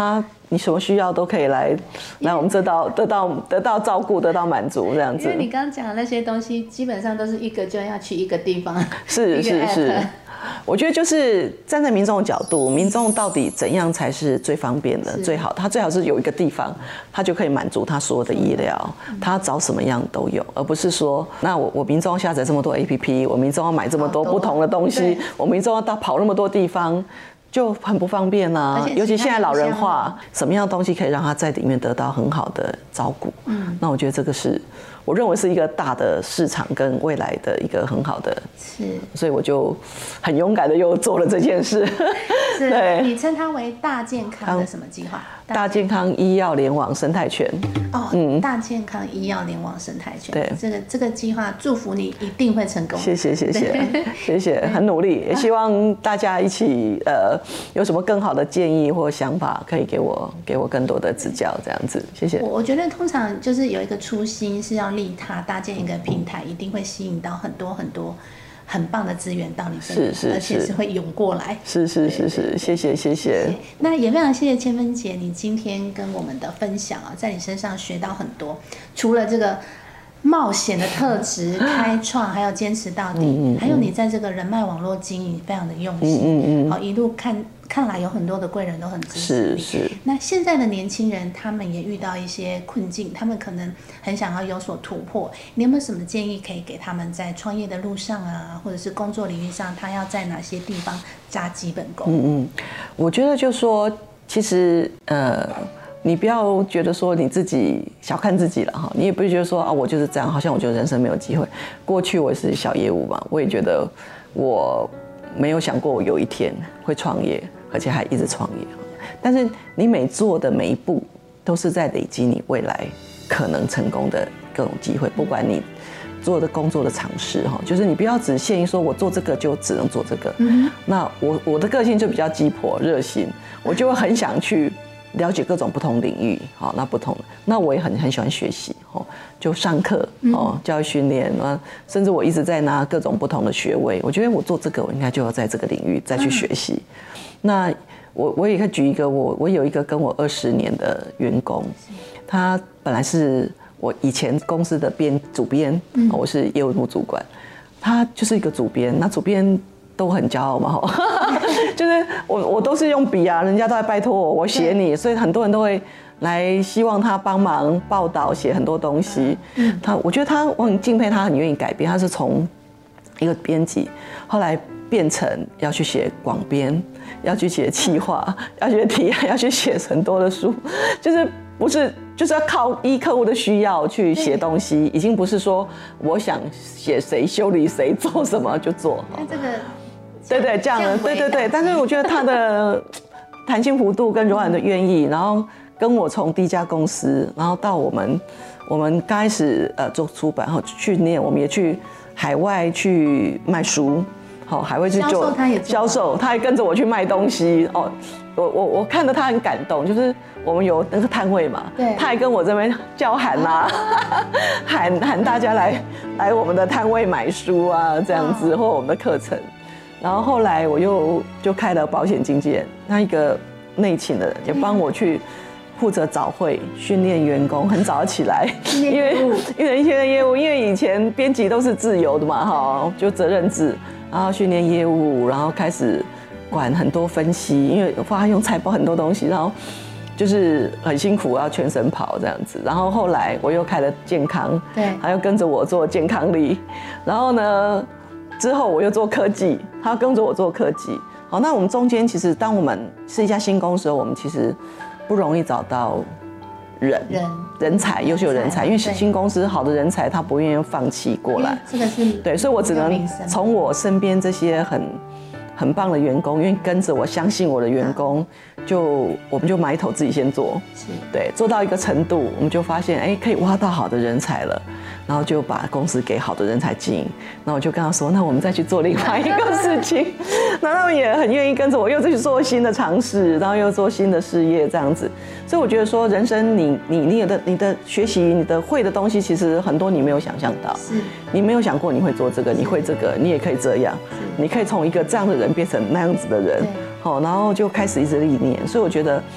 你什么需要都可以来我们得到照顾，得到满足这样子。 因为你刚刚讲的那些东西，基本上都是一个就要去一个地方， 是。我觉得就是站在民众的角度，民众到底怎样才是最方便的、最好？他最好是有一个地方，他就可以满足他所有的医疗，他找什么样都有，而不是说，那我民众要下载这么多 APP， 我民众要买这么多不同的东西，我民众要跑那么多地方。就很不方便啊，尤其现在老人化，什么样的东西可以让他在里面得到很好的照顾？那我觉得这个是我认为是一个大的市场跟未来的一个很好的，所以我就很勇敢的又做了这件事。 对，你称它为大健康的什么计划？ 大健康医药联网生态圈。 大健康医药联网生态圈。 对， 这个计划，祝福你一定会成功。 谢谢，很努力，也希望大家一起有什么更好的建议或想法，可以给我更多的指教，这样子。谢谢。 我觉得通常就是有一个初心是要利他，搭建一个平台，一定会吸引到很多很棒的资源到你这里，而且是会涌过来。是， 谢谢。 那也非常谢谢千芬姐，你今天跟我们的分享啊，在你身上学到很多，除了这个冒险的特质、开创，还有坚持到底，还有你在这个人脉网络经营非常的用心，好一路看来有很多的贵人都很支持你。是。那现在的年轻人，他们也遇到一些困境，他们可能很想要有所突破。你有没有什么建议可以给他们在创业的路上啊，或者是工作领域上，他要在哪些地方扎基本功？ 我觉得就说，其实你不要觉得说你自己小看自己了哈，你也不会觉得说我就是这样，好像我觉得人生没有机会。过去我也是小业务嘛，我也觉得我没有想过我有一天会创业，而且还一直创业。但是你每做的每一步都是在累积你未来可能成功的各种机会，不管你做的工作的尝试哈，就是你不要只限于说我做这个就只能做这个。那我的个性就比较鸡婆热心，我就会很想去了解各种不同领域，好，那我也很喜欢学习，就上课，教育训练，甚至我一直在拿各种不同的学位。我觉得我做这个，我应该就要在这个领域再去学习。那我也可以举一个，我有一个跟我20年的员工，他本来是我以前公司的主编，我是业务部主管，他就是一个主编，那主编都很骄傲嘛，就是我都是用笔啊，人家都在拜托我写你，所以很多人都会来希望他帮忙报道写很多东西。我觉得我很敬佩他，很愿意改变。他是从一个编辑，后来变成要去写广编，要去写企划，要去提案，要去写很多的书，就是要靠依客户的需要去写东西，已经不是说我想写谁修理谁做什么就做。 这个。 对，这样的，对。但是我觉得他的弹性幅度跟柔软的愿意，然后跟我从第一家公司，然后到我们刚开始做出版后训练，我们也去海外去卖书，海外去做销售，他也跟着我去卖东西。我看着他很感动，就是我们有那个摊位嘛，他还跟我这边叫喊啊，喊大家来我们的摊位买书啊，这样子，或我们的课程。然后后来我就开了保险经纪人，那一个内勤的人也帮我去负责早会训练员工，很早起来，因为业务，因为以前编辑都是自由的嘛，就责任制，然后训练业务，然后开始管很多分析，因为我发现用财报很多东西，然后就是很辛苦，要全身跑这样子。然后后来我又开了健康，还要跟着我做健康力，然后呢？之后我又做科技，他跟着我做科技。好，那我们中间其实当我们是一家新公司的时候，我们其实不容易找到人才，优秀人才，因为新公司好的人才他不愿意放弃过来。 这个是对，所以我只能从我身边这些很棒的员工，愿意跟着我，相信我的员工，我们就埋头自己先做，对，做到一个程度，我们就发现可以挖到好的人才了。然后就把公司给好的人才经营，那我就跟他说，那我们再去做另外一个事情，那他们也很愿意跟着我，又去做新的尝试，然后又做新的事业这样子。所以我觉得说，人生你的学习，你的会的东西，其实很多你没有想象到，你没有想过你会做这个，你会这个，你也可以这样，你可以从一个这样的人变成那样子的人，然后就开始一直历练。所以我觉得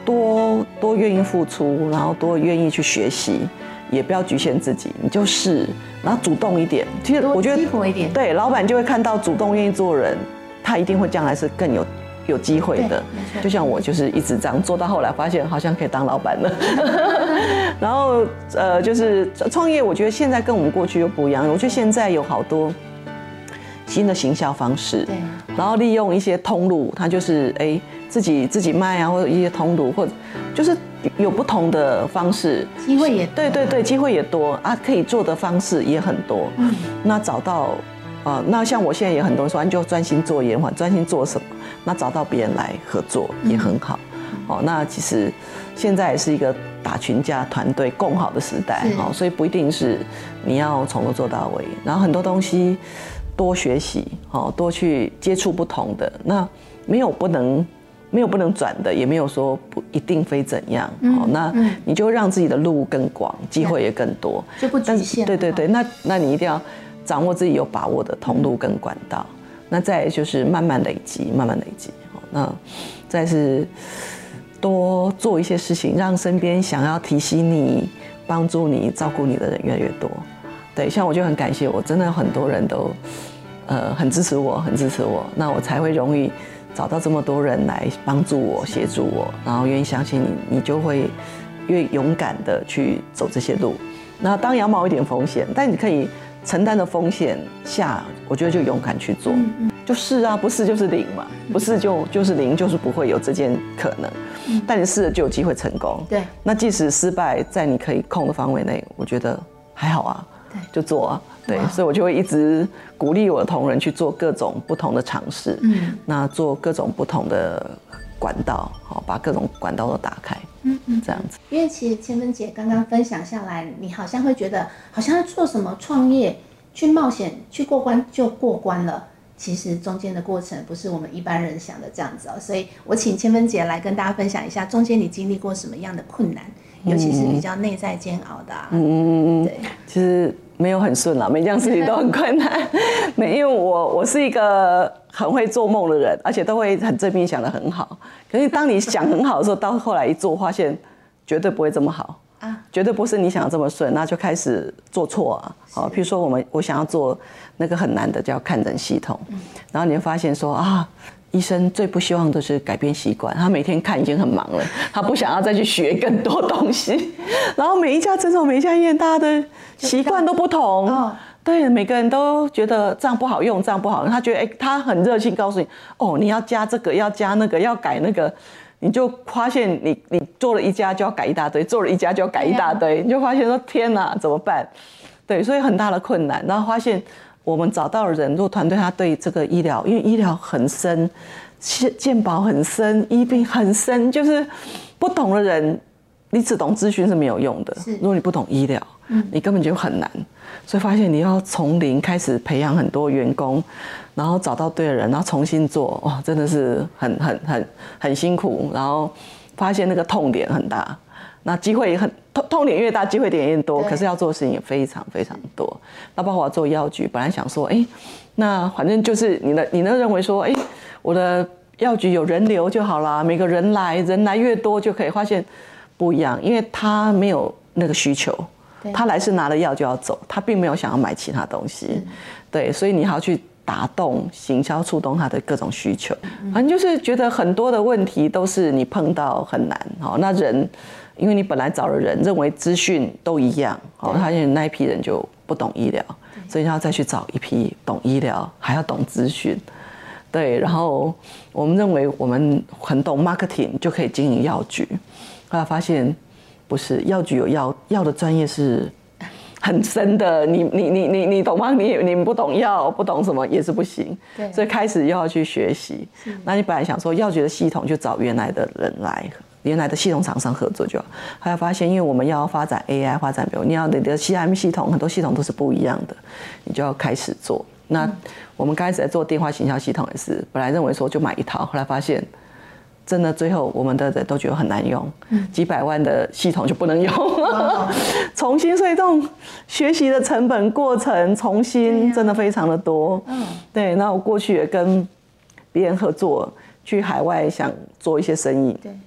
多愿意付出，然后多愿意去学习，也不要局限自己，你就试，然后主动一点。其实我觉得激活一点， 对，老板就会看到主动愿意做人，他一定会将来是更有机会的。就像我就是一直这样做到后来，发现好像可以当老板了。然后就是创业，我觉得现在跟我们过去又不一样。我觉得现在有好多新的行销方式， 对， 然后利用一些通路，它就是自己卖啊，或者一些通路，或者就是有不同的方式， 机会也多， 对，机会也多啊，可以做的方式也很多。那找到那像我现在也很多人说，你就专心做延缓，专心做什么？那找到别人来合作也很好。那其实现在也是一个打群架、团队共好的时代，所以不一定是你要从头做到尾，然后很多东西多学习，多去接触不同的，那没有不能转的，也没有说不一定非怎样。那你就让自己的路更广，机会也更多， 就不局限。 对，那你一定要掌握自己有把握的通路跟管道。那再来就是慢慢累积。那再是多做一些事情，让身边想要提醒你、帮助你、照顾你的人越来越多。对，像我就很感谢，我真的很多人都很支持我，那我才会容易找到这么多人来帮助我、协助我，然后愿意相信你，你就会越勇敢的去走这些路。那当然要冒一点风险，但你可以承担的风险下，我觉得就勇敢去做。就是啊，不是就是零嘛，不是就是零，就是不会有这件可能。但你试了就有机会成功。 对， 那即使失败，在你可以控的范围内，我觉得还好啊。对，就做啊。对，所以我就会一直鼓励我的同仁去做各种不同的尝试。那做各种不同的管道，把各种管道都打开。这样子。 因为其实千芬姐刚刚分享下来，你好像会觉得好像做什么创业去冒险去过关就过关了，其实中间的过程不是我们一般人想的这样子。所以我请千芬姐来跟大家分享一下中间你经历过什么样的困难，尤其是比较内在煎熬的。对， 其实没有很顺啦，每件事情都很困难。因为我是一个很会做梦的人，而且都会很正面想得很好。可是当你想很好的时候，到后来一做，发现绝对不会这么好啊，绝对不是你想的这么顺，那就开始做错啊。譬如说我想要做那个很难的叫看诊系统，然后你会发现说医生最不希望的是改变习惯，他每天看已经很忙了，他不想要再去学更多东西。然后每一家诊所、每一家医院，大家的习惯都不同。对，每个人都觉得这样不好用，这样不好用。他觉得他很热心告诉你，你要加这个，要加那个，要改那个，你就发现你做了一家就要改一大堆，做了一家就要改一大堆，你就发现说天哪，怎么办？对，所以很大的困难。然后发现我们找到的人，如果团队他对这个医疗，因为医疗很深，健保很深，医病很深，就是不懂的人，你只懂资讯是没有用的。如果你不懂医疗，你根本就很难。所以发现你要从零开始培养很多员工，然后找到对的人，然后重新做，真的是很辛苦。然后发现那个痛点很大，那机会也痛点越大，机会点越多。可是要做的事情也非常非常多。那包括我做药局，本来想说，那反正就是你能认为说，我的药局有人流就好啦，每个人来越多就可以。发现不一样，因为他没有那个需求。他来是拿了药就要走，他并没有想要买其他东西。对，所以你还要去打动、行销、触动他的各种需求。反正就是觉得很多的问题都是你碰到很难。那人，因为你本来找的人认为资讯都一样，他那一批人就不懂医疗，所以要再去找一批懂医疗还要懂资讯。对，然后我们认为我们很懂 marketing 就可以经营药局，后来发现不是，药局有药的专业是很深的，你懂吗？你不懂药，不懂什么也是不行。对，所以开始又要去学习。那你本来想说药局的系统就找原来的人来，原来的系统厂商合作就好。后来发现，因为我们要发展 AI， 发展你的 CRM 系统，很多系统都是不一样的，你就要开始做。那我们刚开始在做电话行销系统也是，本来认为说就买一套，后来发现真的最后我们的人都觉得很难用，几百万的系统就不能用，重新，所以这种学习的成本过程重新真的非常的多。对，那我过去也跟别人合作，去海外想做一些生意，对，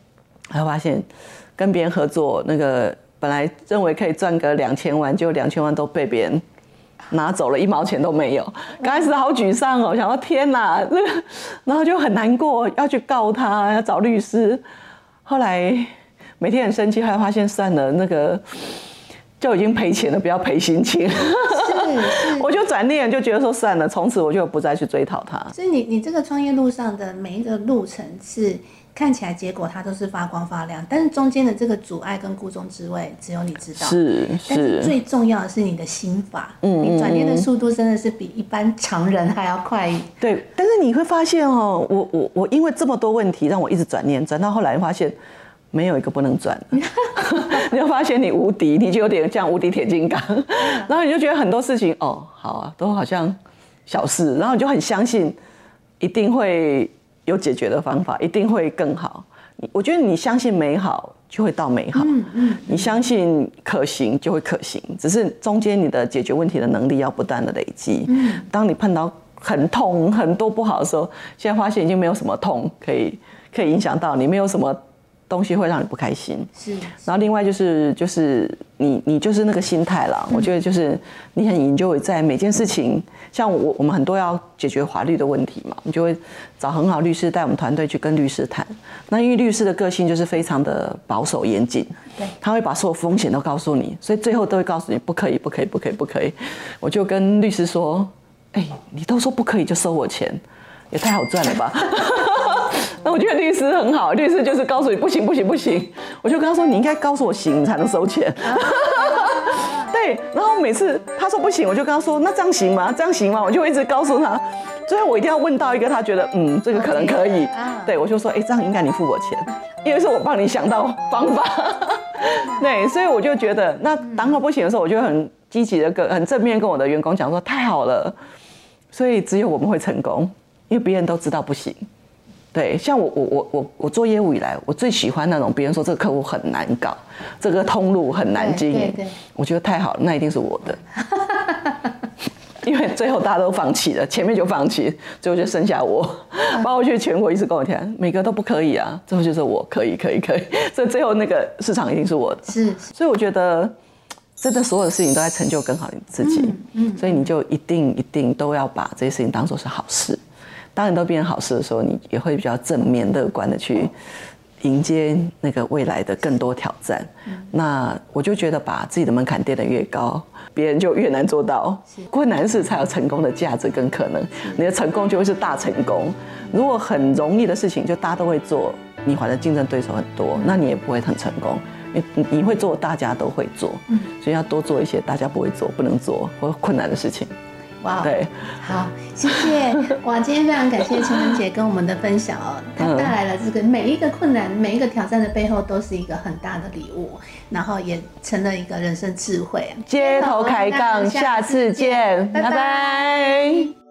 还发现跟别人合作，那个本来认为可以赚个2000万，结果2000万都被别人拿走了，1毛钱都没有。刚开始好沮丧哦，想说天哪，这个，然后就很难过，要去告他，要找律师。后来每天很生气，后来发现算了，那个就已经赔钱了，不要赔心情。我就转念就觉得说算了，从此我就不再去追讨他。 所以你这个创业路上的每一个路程是看起来结果它都是发光发亮，但是中间的这个阻碍跟苦衷滋味只有你知道。但是最重要的是你的心法，你转念的速度真的是比一般常人还要快。 对，但是你会发现哦，我因为这么多问题让我一直转念，转到后来发现没有一个不能转的。你就发现你无敌，你就有点像无敌铁金刚，然后你就觉得很多事情哦，好啊，都好像小事，然后你就很相信一定会有解决的方法，一定会更好。我觉得你相信美好就会到美好，你相信可行就会可行，只是中间你的解决问题的能力要不断的累积。当你碰到很痛很多不好的时候，现在发现已经没有什么痛可以影响到你，没有什么东西会让你不开心。然后另外就是你就是那个心态啦。我觉得就是你很enjoy在每件事情，像我们很多要解决法律的问题嘛，我们就会找很好律师带我们团队去跟律师谈。那因为律师的个性就是非常的保守严谨，他会把所有风险都告诉你，所以最后都会告诉你不可以，不可以，不可以，不可以。我就跟律师说，你都说不可以就收我钱，也太好赚了吧。那我觉得律师很好，律师就是告诉你不行不行不行，我就跟他说你应该告诉我行，你才能收钱。对，然后每次他说不行，我就跟他说那这样行吗？这样行吗？我就一直告诉他，最后我一定要问到一个他觉得这个可能可以。对，我就说这样应该你付我钱，因为是我帮你想到方法。对，所以我就觉得那当他不行的时候，我就很积极的很正面跟我的员工讲说太好了，所以只有我们会成功，因为别人都知道不行。对，像我做业务以来，我最喜欢那种别人说这个客户很难搞，这个通路很难经营，我觉得太好了，那一定是我的。因为最后大家都放弃了，前面就放弃，最后就剩下我，包括去全国一直跟我谈，每个都不可以啊，最后就是我可以，所以最后那个市场一定是我的。所以我觉得真的所有的事情都在成就更好你自己，所以你就一定都要把这些事情当作是好事。当你都变成好事的时候，你也会比较正面乐观的去迎接那个未来的更多挑战。那我就觉得把自己的门槛垫得越高，别人就越难做到。困难事才有成功的价值跟可能，你的成功就会是大成功。如果很容易的事情就大家都会做，你反正竞争对手很多，那你也不会很成功。你会做，大家都会做，所以要多做一些大家不会做、不能做或困难的事情。 哇，对，好，谢谢。哇，今天非常感谢青春姐跟我们的分享哦，她带来了这个每一个困难、每一个挑战的背后都是一个很大的礼物，然后也成了一个人生智慧。 街头开杠，下次见，拜拜。